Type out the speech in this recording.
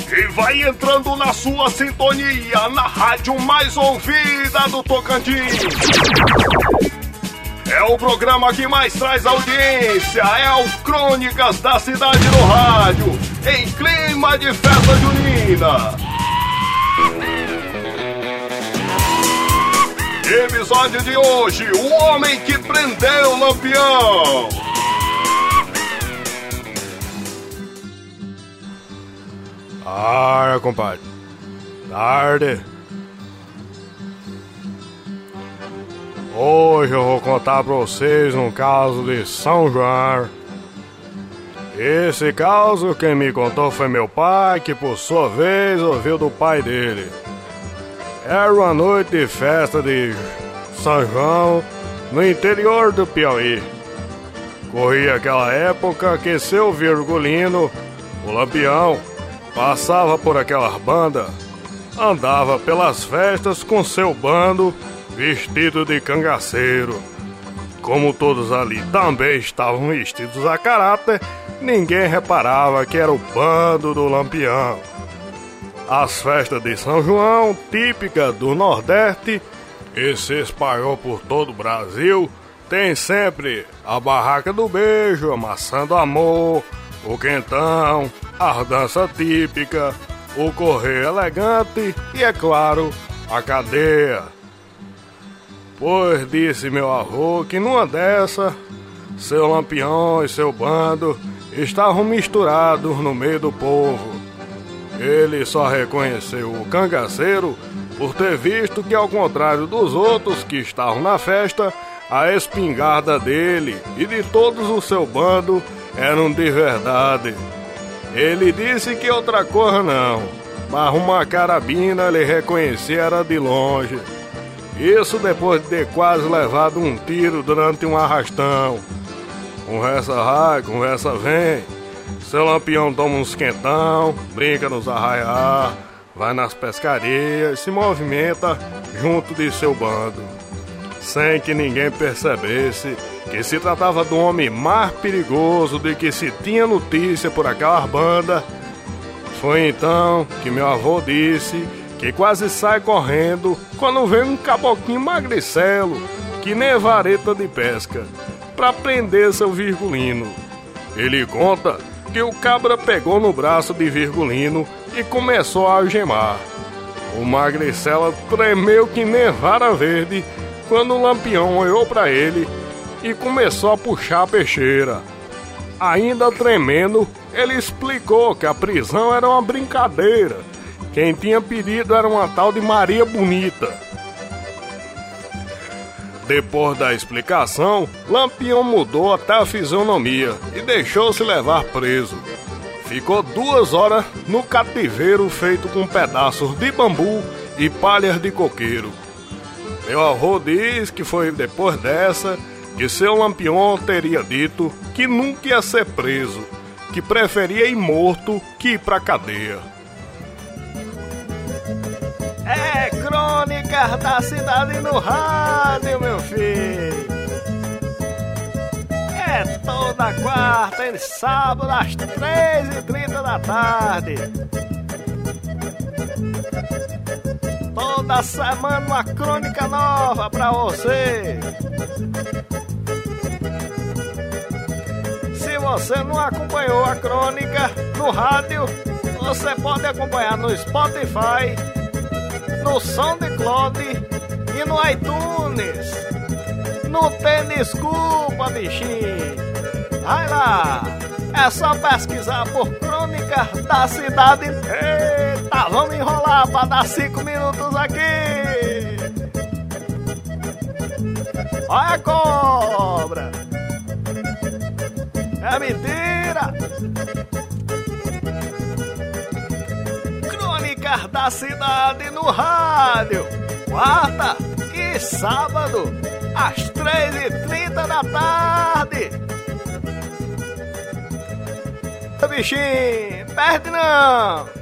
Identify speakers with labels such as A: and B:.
A: E vai entrando na sua sintonia, na rádio mais ouvida do Tocantins. É o programa que mais traz audiência, é o Crônicas da Cidade no Rádio, em clima de festa junina. Episódio de hoje, o homem que prendeu o Lampião.
B: Ah, compadre. Tarde. Hoje eu vou contar pra vocês um caso de São João. Esse caso quem me contou foi meu pai, que por sua vez ouviu do pai dele. Era uma noite de festa de São João no interior do Piauí. Corria aquela época que seu Virgulino, o Lampião, passava por aquela banda, andava pelas festas com seu bando vestido de cangaceiro. Como todos ali também estavam vestidos a caráter, ninguém reparava que era o bando do Lampião. As festas de São João, típica do Nordeste, e se espalhou por todo o Brasil, tem sempre a barraca do beijo, a maçã do amor, o quentão, a dança típica, o correio elegante e, é claro, a cadeia. Pois disse meu avô que numa dessa, seu Lampião e seu bando estavam misturados no meio do povo. Ele só reconheceu o cangaceiro por ter visto que, ao contrário dos outros que estavam na festa, a espingarda dele e de todos o seu bando eram de verdade. Ele disse que outra coisa não, mas uma carabina ele reconhecia era de longe. Isso depois de ter quase levado um tiro durante um arrastão. Conversa vai, conversa vem. Seu Lampião toma uns quentão, brinca nos arraiar, vai nas pescarias e se movimenta junto de seu bando, sem que ninguém percebesse que se tratava do homem mais perigoso de que se tinha notícia por aquela banda. Foi então que meu avô disse que quase sai correndo quando vê um caboquinho magricelo, que nem vareta de pesca, pra prender seu Virgulino. Ele conta que o cabra pegou no braço de Virgulino e começou a algemar. O magricela tremeu que nem vara verde quando o Lampião olhou pra ele e começou a puxar a peixeira. Ainda tremendo, ele explicou que a prisão era uma brincadeira. Quem tinha pedido era uma tal de Maria Bonita. Depois da explicação, Lampião mudou até a fisionomia e deixou-se levar preso. Ficou 2 horas no cativeiro feito com pedaços de bambu e palhas de coqueiro. Meu avô diz que foi depois dessa que seu Lampião teria dito que nunca ia ser preso, que preferia ir morto que ir pra cadeia.
C: É Crônicas da Cidade no Rádio, meu filho. É toda quarta e sábado às 3h30 da tarde. Toda semana uma crônica nova pra você. Se você não acompanhou a crônica no rádio, você pode acompanhar no Spotify, no SoundCloud e no iTunes. Não tem desculpa, bichinho. Vai lá, é só pesquisar por Crônicas da Cidade. Eita, vamos enrolar pra dar 5 minutos aqui. Olha a cobra. É mentira. Crônicas da Cidade no rádio, quarta e sábado às 3h30 da tarde. Bichinho, perde não.